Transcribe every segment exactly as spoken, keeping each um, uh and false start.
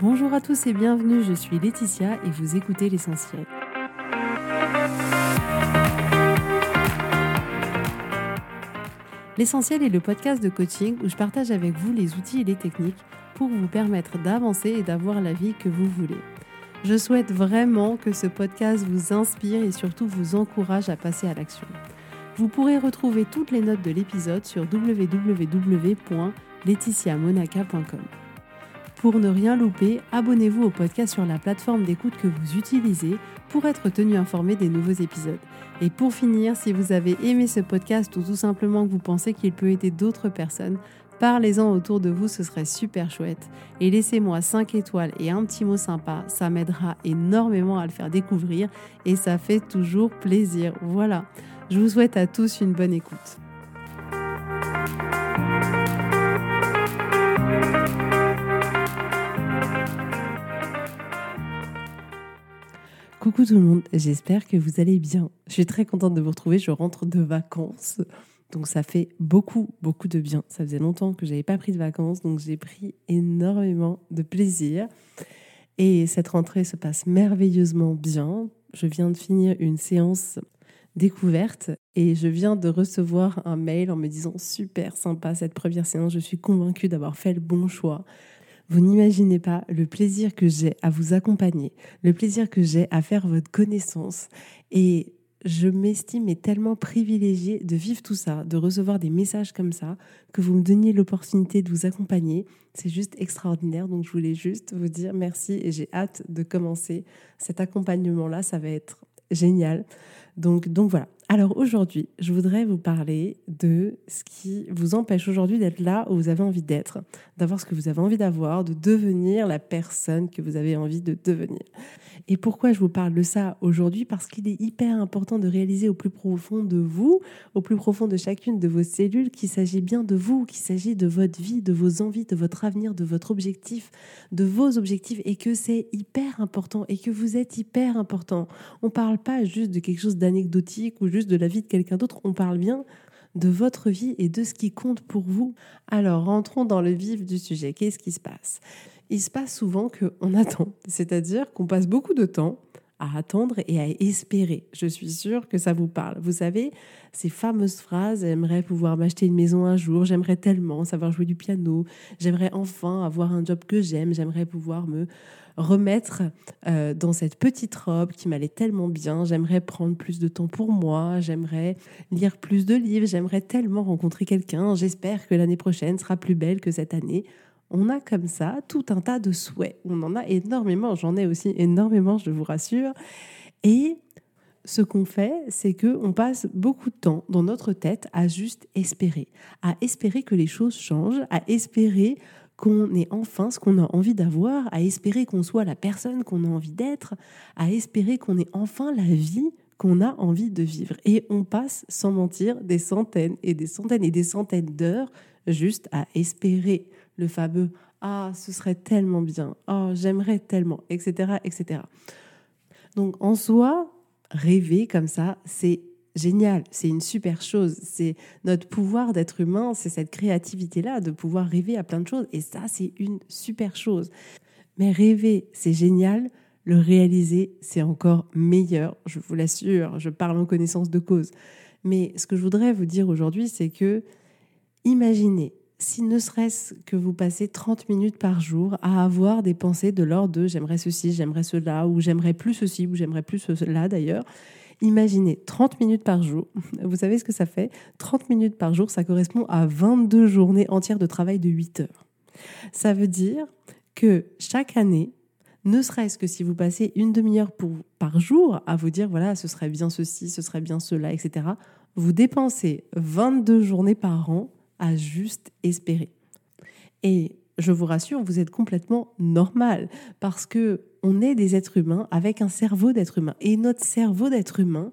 Bonjour à tous et bienvenue, je suis Laetitia et vous écoutez L'Essentiel. L'Essentiel est le podcast de coaching où je partage avec vous les outils et les techniques pour vous permettre d'avancer et d'avoir la vie que vous voulez. Je souhaite vraiment que ce podcast vous inspire et surtout vous encourage à passer à l'action. Vous pourrez retrouver toutes les notes de l'épisode sur w w w point laetitia monaca point com. Pour ne rien louper, abonnez-vous au podcast sur la plateforme d'écoute que vous utilisez pour être tenu informé des nouveaux épisodes. Et pour finir, si vous avez aimé ce podcast ou tout simplement que vous pensez qu'il peut aider d'autres personnes, parlez-en autour de vous, ce serait super chouette. Et laissez-moi cinq étoiles et un petit mot sympa, ça m'aidera énormément à le faire découvrir et ça fait toujours plaisir. Voilà, je vous souhaite à tous une bonne écoute. Coucou tout le monde, j'espère que vous allez bien. Je suis très contente de vous retrouver, je rentre de vacances, donc ça fait beaucoup, beaucoup de bien. Ça faisait longtemps que je n'avais pas pris de vacances, donc j'ai pris énormément de plaisir. Et cette rentrée se passe merveilleusement bien. Je viens de finir une séance découverte et je viens de recevoir un mail en me disant « Super sympa cette première séance, je suis convaincue d'avoir fait le bon choix ». Vous n'imaginez pas le plaisir que j'ai à vous accompagner, le plaisir que j'ai à faire votre connaissance. Et je m'estime tellement privilégiée de vivre tout ça, de recevoir des messages comme ça, que vous me donniez l'opportunité de vous accompagner. C'est juste extraordinaire. Donc, je voulais juste vous dire merci et j'ai hâte de commencer cet accompagnement-là. Ça va être génial. Donc, donc voilà. Alors aujourd'hui, je voudrais vous parler de ce qui vous empêche aujourd'hui d'être là où vous avez envie d'être, d'avoir ce que vous avez envie d'avoir, de devenir la personne que vous avez envie de devenir. Et pourquoi je vous parle de ça aujourd'hui ? Parce qu'il est hyper important de réaliser au plus profond de vous, au plus profond de chacune de vos cellules, qu'il s'agit bien de vous, qu'il s'agit de votre vie, de vos envies, de votre avenir, de votre objectif, de vos objectifs, et que c'est hyper important et que vous êtes hyper important. On ne parle pas juste de quelque chose d'anecdotique ou juste de la vie de quelqu'un d'autre, on parle bien de votre vie et de ce qui compte pour vous. Alors, rentrons dans le vif du sujet. Qu'est-ce qui se passe ? Il se passe souvent qu'on attend, c'est-à-dire qu'on passe beaucoup de temps à attendre et à espérer. Je suis sûre que ça vous parle. Vous savez, ces fameuses phrases « j'aimerais pouvoir m'acheter une maison un jour, j'aimerais tellement savoir jouer du piano, j'aimerais enfin avoir un job que j'aime, j'aimerais pouvoir me remettre euh, dans cette petite robe qui m'allait tellement bien, j'aimerais prendre plus de temps pour moi, j'aimerais lire plus de livres, j'aimerais tellement rencontrer quelqu'un, j'espère que l'année prochaine sera plus belle que cette année ». On a comme ça tout un tas de souhaits. On en a énormément, j'en ai aussi énormément, je vous rassure. Et ce qu'on fait, c'est qu'on passe beaucoup de temps dans notre tête à juste espérer, à espérer que les choses changent, à espérer qu'on ait enfin ce qu'on a envie d'avoir, à espérer qu'on soit la personne qu'on a envie d'être, à espérer qu'on ait enfin la vie qu'on a envie de vivre. Et on passe, sans mentir, des centaines et des centaines et des centaines d'heures juste à espérer le fameux « Ah, ce serait tellement bien, oh, j'aimerais tellement », et cetera, et cetera. Donc, en soi, rêver comme ça, c'est génial, c'est une super chose. C'est notre pouvoir d'être humain, c'est cette créativité-là, de pouvoir rêver à plein de choses. Et ça, c'est une super chose. Mais rêver, c'est génial. Le réaliser, c'est encore meilleur, je vous l'assure. Je parle en connaissance de cause. Mais ce que je voudrais vous dire aujourd'hui, c'est que imaginez, si ne serait-ce que vous passez trente minutes par jour à avoir des pensées de l'ordre de « j'aimerais ceci, j'aimerais cela » ou « j'aimerais plus ceci » ou « j'aimerais plus cela » d'ailleurs. Imaginez trente minutes par jour. Vous savez ce que ça fait ? trente minutes par jour, ça correspond à vingt-deux journées entières de travail de huit heures. Ça veut dire que chaque année, ne serait-ce que si vous passez une demi-heure pour, par jour à vous dire « voilà, ce serait bien ceci, ce serait bien cela », et cetera, vous dépensez vingt-deux journées par an à juste espérer. Et je vous rassure, vous êtes complètement normal parce que on est des êtres humains avec un cerveau d'être humain. Et notre cerveau d'être humain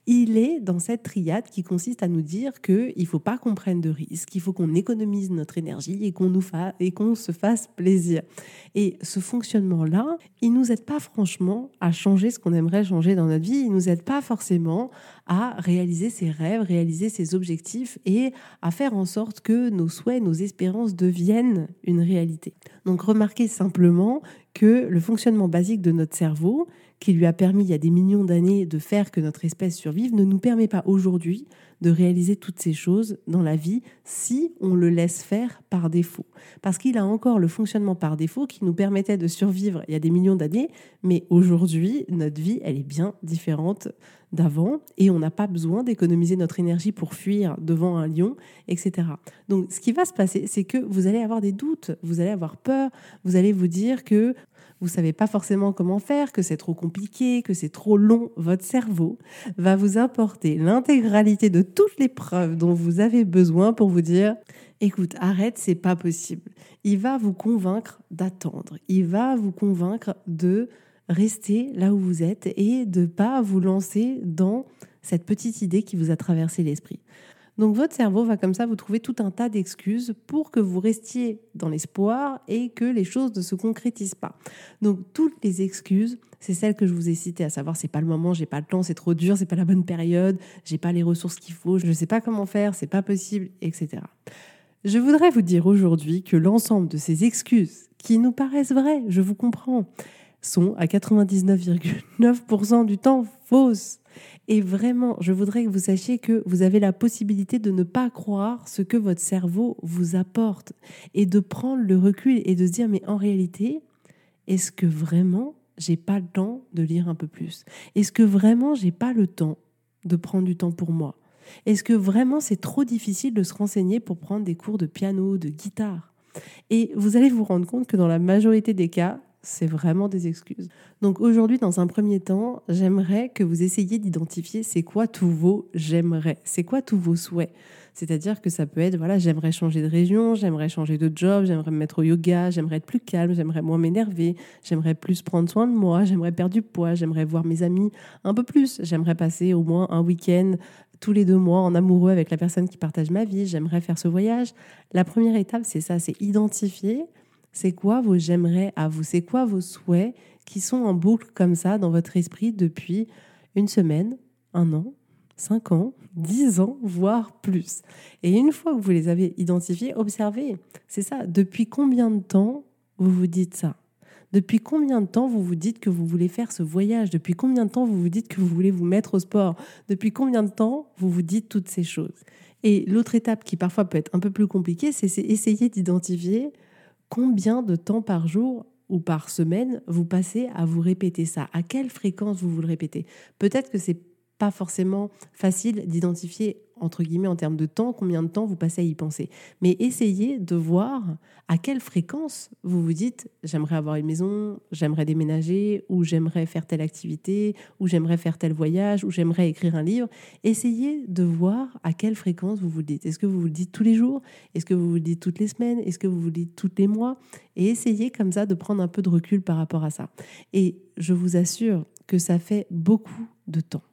il est dans cette triade qui consiste à nous dire qu'il ne faut pas qu'on prenne de risques, qu'il faut qu'on économise notre énergie et qu'on nous fa- et qu'on se fasse plaisir. Et ce fonctionnement-là, il ne nous aide pas franchement à changer ce qu'on aimerait changer dans notre vie, il ne nous aide pas forcément à réaliser ses rêves, réaliser ses objectifs et à faire en sorte que nos souhaits, nos espérances deviennent une réalité. Donc remarquez simplement que le fonctionnement basique de notre cerveau, qui lui a permis il y a des millions d'années de faire que notre espèce survive, ne nous permet pas aujourd'hui de réaliser toutes ces choses dans la vie si on le laisse faire par défaut. Parce qu'il a encore le fonctionnement par défaut qui nous permettait de survivre il y a des millions d'années, mais aujourd'hui, notre vie, elle est bien différente d'avant et on n'a pas besoin d'économiser notre énergie pour fuir devant un lion, et cetera. Donc, ce qui va se passer, c'est que vous allez avoir des doutes, vous allez avoir peur, vous allez vous dire que vous ne savez pas forcément comment faire, que c'est trop compliqué, que c'est trop long. Votre cerveau va vous apporter l'intégralité de toutes les preuves dont vous avez besoin pour vous dire « Écoute, arrête, c'est pas possible ». Il va vous convaincre d'attendre. Il va vous convaincre de rester là où vous êtes et de ne pas vous lancer dans cette petite idée qui vous a traversé l'esprit. Donc votre cerveau va comme ça vous trouver tout un tas d'excuses pour que vous restiez dans l'espoir et que les choses ne se concrétisent pas. Donc toutes les excuses, c'est celles que je vous ai citées, à savoir c'est pas le moment, j'ai pas le temps, c'est trop dur, c'est pas la bonne période, j'ai pas les ressources qu'il faut, je ne sais pas comment faire, c'est pas possible, et cetera. Je voudrais vous dire aujourd'hui que l'ensemble de ces excuses qui nous paraissent vraies, je vous comprends, sont à quatre-vingt-dix-neuf virgule neuf pour cent du temps fausses. Et vraiment, je voudrais que vous sachiez que vous avez la possibilité de ne pas croire ce que votre cerveau vous apporte et de prendre le recul et de se dire mais en réalité, est-ce que vraiment j'ai pas le temps de lire un peu plus ? Est-ce que vraiment j'ai pas le temps de prendre du temps pour moi ? Est-ce que vraiment c'est trop difficile de se renseigner pour prendre des cours de piano, de guitare ? Et vous allez vous rendre compte que dans la majorité des cas, c'est vraiment des excuses. Donc aujourd'hui, dans un premier temps, j'aimerais que vous essayiez d'identifier c'est quoi tous vos j'aimerais, c'est quoi tous vos souhaits. C'est-à-dire que ça peut être, voilà, j'aimerais changer de région, j'aimerais changer de job, j'aimerais me mettre au yoga, j'aimerais être plus calme, j'aimerais moins m'énerver, j'aimerais plus prendre soin de moi, j'aimerais perdre du poids, j'aimerais voir mes amis un peu plus, j'aimerais passer au moins un week-end tous les deux mois en amoureux avec la personne qui partage ma vie, j'aimerais faire ce voyage. La première étape, c'est ça, c'est identifier c'est quoi vos j'aimerais à vous, c'est quoi vos souhaits qui sont en boucle comme ça dans votre esprit depuis une semaine, un an, cinq ans, dix ans, voire plus. Et une fois que vous les avez identifiés, observez, c'est ça, depuis combien de temps vous vous dites ça ? Depuis combien de temps vous vous dites que vous voulez faire ce voyage ? Depuis combien de temps vous vous dites que vous voulez vous mettre au sport ? Depuis combien de temps vous vous dites toutes ces choses ? Et l'autre étape qui parfois peut être un peu plus compliquée, c'est, c'est essayer d'identifier combien de temps par jour ou par semaine vous passez à vous répéter ça ? À quelle fréquence vous vous le répétez ? Peut-être que c'est pas forcément facile d'identifier, entre guillemets, en termes de temps, combien de temps vous passez à y penser. Mais essayez de voir à quelle fréquence vous vous dites « j'aimerais avoir une maison, j'aimerais déménager, ou j'aimerais faire telle activité, ou j'aimerais faire tel voyage, ou j'aimerais écrire un livre ». Essayez de voir à quelle fréquence vous vous le dites. Est-ce que vous vous le dites tous les jours ? Est-ce que vous vous le dites toutes les semaines ? Est-ce que vous vous le dites tous les mois ? Et essayez comme ça de prendre un peu de recul par rapport à ça. Et je vous assure que ça fait beaucoup de temps.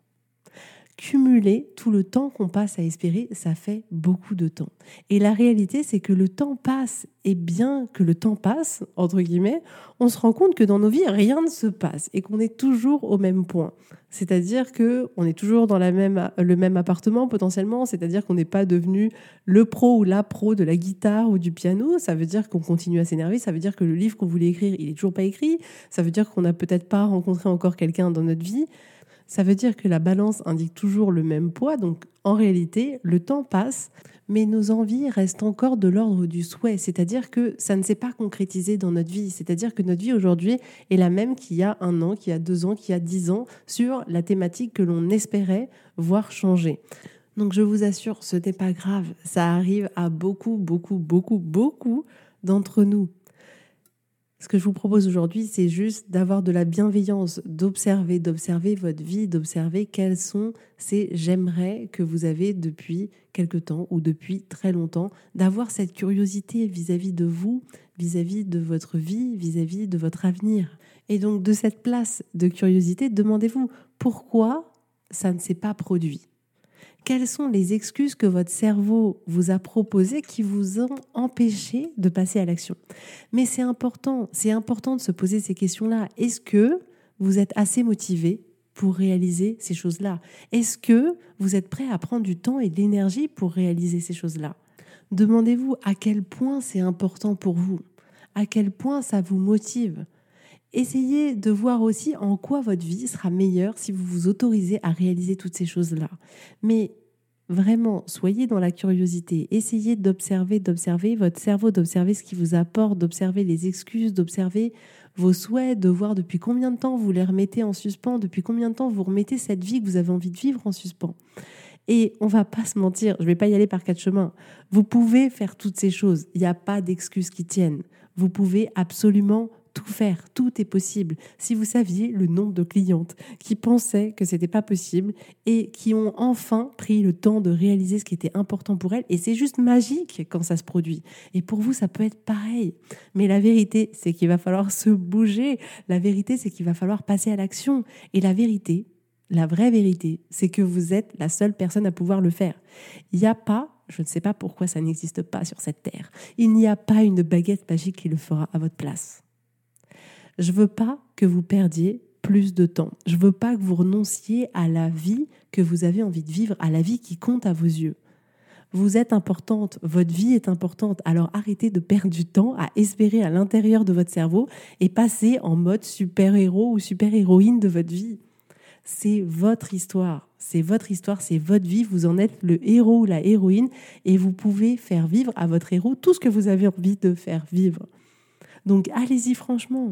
Cumuler tout le temps qu'on passe à espérer, ça fait beaucoup de temps. Et la réalité, c'est que le temps passe. Et bien que le temps passe, entre guillemets, on se rend compte que dans nos vies, rien ne se passe et qu'on est toujours au même point. C'est-à-dire qu'on est toujours dans la même, le même appartement potentiellement, c'est-à-dire qu'on n'est pas devenu le pro ou la pro de la guitare ou du piano. Ça veut dire qu'on continue à s'énerver, ça veut dire que le livre qu'on voulait écrire, il n'est toujours pas écrit, ça veut dire qu'on n'a peut-être pas rencontré encore quelqu'un dans notre vie. Ça veut dire que la balance indique toujours le même poids, donc en réalité, le temps passe, mais nos envies restent encore de l'ordre du souhait, c'est-à-dire que ça ne s'est pas concrétisé dans notre vie, c'est-à-dire que notre vie aujourd'hui est la même qu'il y a un an, qu'il y a deux ans, qu'il y a dix ans, sur la thématique que l'on espérait voir changer. Donc je vous assure, ce n'est pas grave, ça arrive à beaucoup, beaucoup, beaucoup, beaucoup d'entre nous. Ce que je vous propose aujourd'hui, c'est juste d'avoir de la bienveillance, d'observer, d'observer votre vie, d'observer quels sont ces j'aimerais que vous avez depuis quelque temps ou depuis très longtemps, d'avoir cette curiosité vis-à-vis de vous, vis-à-vis de votre vie, vis-à-vis de votre avenir. Et donc de cette place de curiosité, demandez-vous pourquoi ça ne s'est pas produit? Quelles sont les excuses que votre cerveau vous a proposées qui vous ont empêché de passer à l'action? Mais c'est important, c'est important de se poser ces questions-là. Est-ce que vous êtes assez motivé pour réaliser ces choses-là? Est-ce que vous êtes prêt à prendre du temps et de l'énergie pour réaliser ces choses-là? Demandez-vous à quel point c'est important pour vous, à quel point ça vous motive. Essayez de voir aussi en quoi votre vie sera meilleure si vous vous autorisez à réaliser toutes ces choses-là. Mais vraiment, soyez dans la curiosité. Essayez d'observer, d'observer votre cerveau, d'observer ce qui vous apporte, d'observer les excuses, d'observer vos souhaits, de voir depuis combien de temps vous les remettez en suspens, depuis combien de temps vous remettez cette vie que vous avez envie de vivre en suspens. Et on va pas se mentir, je vais pas y aller par quatre chemins. Vous pouvez faire toutes ces choses. Il n'y a pas d'excuses qui tiennent. Vous pouvez absolument tout faire, tout est possible. Si vous saviez le nombre de clientes qui pensaient que c'était pas possible et qui ont enfin pris le temps de réaliser ce qui était important pour elles, et c'est juste magique quand ça se produit. Et pour vous, ça peut être pareil. Mais la vérité, c'est qu'il va falloir se bouger. La vérité, c'est qu'il va falloir passer à l'action. Et la vérité, la vraie vérité, c'est que vous êtes la seule personne à pouvoir le faire. Il n'y a pas, je ne sais pas pourquoi ça n'existe pas sur cette terre, il n'y a pas une baguette magique qui le fera à votre place. Je veux pas que vous perdiez plus de temps. Je veux pas que vous renonciez à la vie que vous avez envie de vivre, à la vie qui compte à vos yeux. Vous êtes importante, votre vie est importante, alors arrêtez de perdre du temps à espérer à l'intérieur de votre cerveau et passez en mode super-héros ou super-héroïne de votre vie. C'est votre histoire, c'est votre histoire, c'est votre vie, vous en êtes le héros ou la héroïne et vous pouvez faire vivre à votre héros tout ce que vous avez envie de faire vivre. Donc allez-y franchement.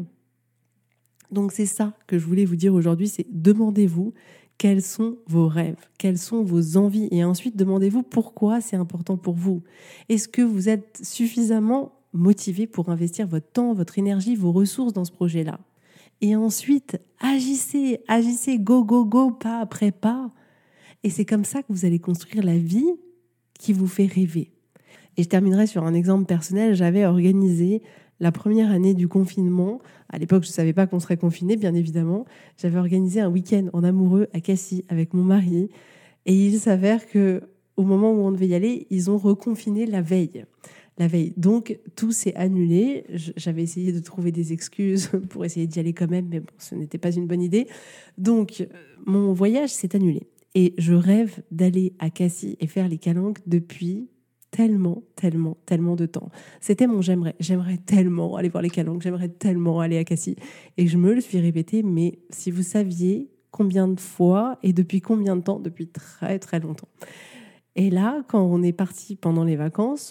Donc c'est ça que je voulais vous dire aujourd'hui, c'est demandez-vous quels sont vos rêves, quelles sont vos envies et ensuite demandez-vous pourquoi c'est important pour vous. Est-ce que vous êtes suffisamment motivé pour investir votre temps, votre énergie, vos ressources dans ce projet-là? Et ensuite, agissez, agissez, go, go, go, pas après pas. Et c'est comme ça que vous allez construire la vie qui vous fait rêver. Et je terminerai sur un exemple personnel. J'avais organisé la première année du confinement. À l'époque, je ne savais pas qu'on serait confiné, bien évidemment. J'avais organisé un week-end en amoureux à Cassis avec mon mari. Et il s'avère qu'au moment où on devait y aller, ils ont reconfiné la veille. La veille. Donc, tout s'est annulé. J'avais essayé de trouver des excuses pour essayer d'y aller quand même, mais bon, ce n'était pas une bonne idée. Donc, mon voyage s'est annulé. Et je rêve d'aller à Cassis et faire les calanques depuis tellement, tellement, tellement de temps. C'était mon j'aimerais. J'aimerais tellement aller voir les calanques. J'aimerais tellement aller à Cassis. Et je me le suis répété, mais si vous saviez combien de fois et depuis combien de temps, depuis très, très longtemps. Et là, quand on est parti pendant les vacances,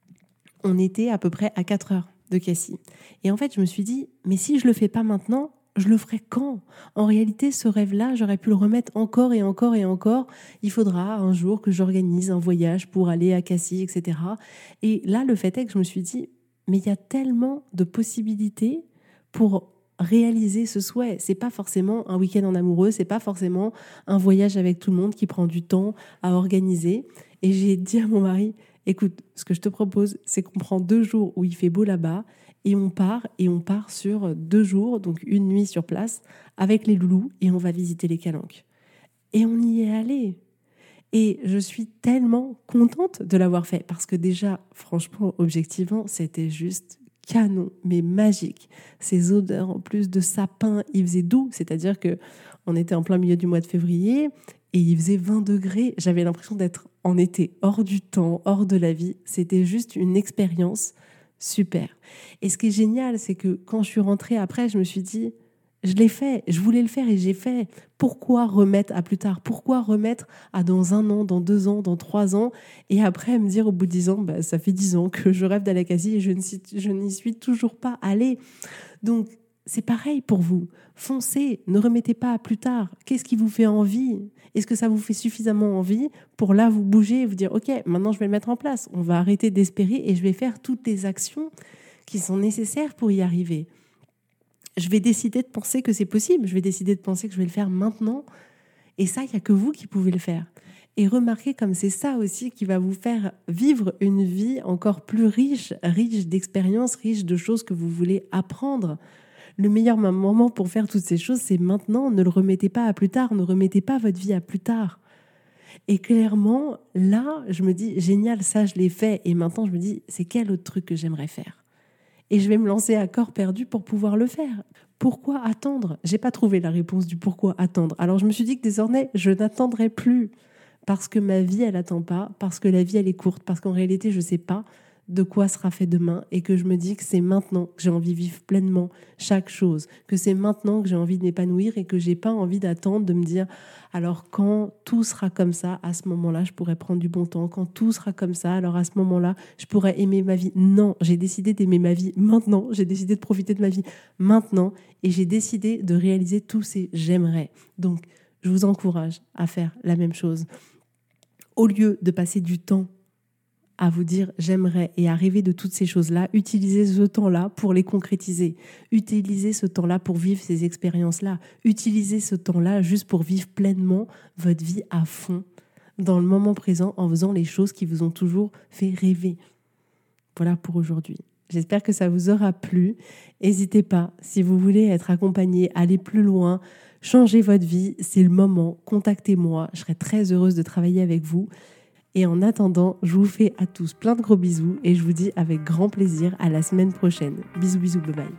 on était à peu près à quatre heures de Cassis. Et en fait, je me suis dit, mais si je le fais pas maintenant, je le ferai quand? En réalité, ce rêve-là, j'aurais pu le remettre encore et encore et encore. Il faudra un jour que j'organise un voyage pour aller à Cassis, et cetera. Et là, le fait est que je me suis dit, mais il y a tellement de possibilités pour réaliser ce souhait. C'est pas forcément un week-end en amoureux, c'est pas forcément un voyage avec tout le monde qui prend du temps à organiser. Et j'ai dit à mon mari, écoute, ce que je te propose, c'est qu'on prend deux jours où il fait beau là-bas et on part et on part sur deux jours, donc une nuit sur place avec les loulous et on va visiter les calanques. Et on y est allé. Et je suis tellement contente de l'avoir fait parce que déjà, franchement, objectivement, c'était juste canon, mais magique. Ces odeurs en plus de sapin, il faisait doux, c'est-à-dire que on était en plein milieu du mois de février et il faisait vingt degrés. J'avais l'impression d'être en été, hors du temps, hors de la vie. C'était juste une expérience super. Et ce qui est génial, c'est que quand je suis rentrée après, je me suis dit, je l'ai fait, je voulais le faire et j'ai fait. Pourquoi remettre à plus tard? Pourquoi remettre à dans un an, dans deux ans, dans trois ans? Et après me dire au bout de dix ans, bah, ça fait dix ans que je rêve d'aller à Cassis et je, ne, je n'y suis toujours pas allée. Donc, c'est pareil pour vous. Foncez, ne remettez pas à plus tard. Qu'est-ce qui vous fait envie? Est-ce que ça vous fait suffisamment envie pour là vous bouger et vous dire, ok, maintenant je vais le mettre en place. On va arrêter d'espérer et je vais faire toutes les actions qui sont nécessaires pour y arriver. Je vais décider de penser que c'est possible. Je vais décider de penser que je vais le faire maintenant. Et ça, il n'y a que vous qui pouvez le faire. Et remarquez comme c'est ça aussi qui va vous faire vivre une vie encore plus riche, riche d'expériences, riche de choses que vous voulez apprendre. Le meilleur moment pour faire toutes ces choses, c'est maintenant. Ne le remettez pas à plus tard. Ne remettez pas votre vie à plus tard. Et clairement, là, je me dis, génial, ça, je l'ai fait. Et maintenant, je me dis, c'est quel autre truc que j'aimerais faire ? Et je vais me lancer à corps perdu pour pouvoir le faire. Pourquoi attendre ? J'ai pas trouvé la réponse du pourquoi attendre. Alors, je me suis dit que désormais, je n'attendrai plus. Parce que ma vie, elle attend pas. Parce que la vie, elle est courte. Parce qu'en réalité, je sais pas de quoi sera fait demain et que je me dis que c'est maintenant que j'ai envie de vivre pleinement chaque chose, que c'est maintenant que j'ai envie de m'épanouir et que j'ai pas envie d'attendre de me dire alors quand tout sera comme ça, à ce moment-là, je pourrais prendre du bon temps, quand tout sera comme ça, alors à ce moment-là, je pourrais aimer ma vie. Non, j'ai décidé d'aimer ma vie maintenant, j'ai décidé de profiter de ma vie maintenant et j'ai décidé de réaliser tous ces j'aimerais. Donc, je vous encourage à faire la même chose. Au lieu de passer du temps à vous dire j'aimerais et à rêver de toutes ces choses-là, utilisez ce temps-là pour les concrétiser. Utilisez ce temps-là pour vivre ces expériences-là. Utilisez ce temps-là juste pour vivre pleinement votre vie à fond, dans le moment présent, en faisant les choses qui vous ont toujours fait rêver. Voilà pour aujourd'hui. J'espère que ça vous aura plu. N'hésitez pas, si vous voulez être accompagné, aller plus loin, changer votre vie, c'est le moment. Contactez-moi, je serai très heureuse de travailler avec vous. Et en attendant, je vous fais à tous plein de gros bisous et je vous dis avec grand plaisir à la semaine prochaine. Bisous, bisous, bye bye.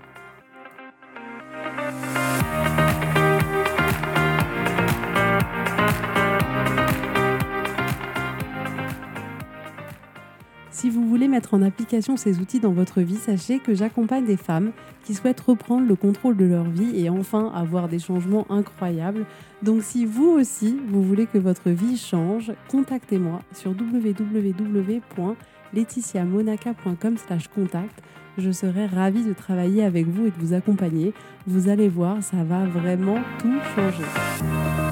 Si vous voulez mettre en application ces outils dans votre vie, sachez que j'accompagne des femmes qui souhaitent reprendre le contrôle de leur vie et enfin avoir des changements incroyables. Donc si vous aussi, vous voulez que votre vie change, contactez-moi sur w w w point laetitia monaca point com slash contact. Je serai ravie de travailler avec vous et de vous accompagner. Vous allez voir, ça va vraiment tout changer.